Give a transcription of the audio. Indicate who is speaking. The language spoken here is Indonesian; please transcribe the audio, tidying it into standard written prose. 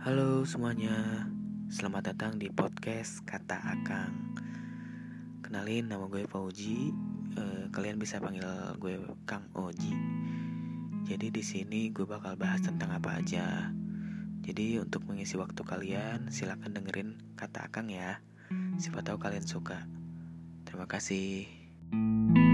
Speaker 1: Halo semuanya, selamat datang di podcast Kata Akang. Kenalin, nama gue Fauji. Kalian bisa panggil gue Kang Oji. Jadi di sini gue bakal bahas tentang apa aja. Jadi untuk mengisi waktu kalian, silakan dengerin Kata Akang ya. Siapa tahu kalian suka. Terima kasih.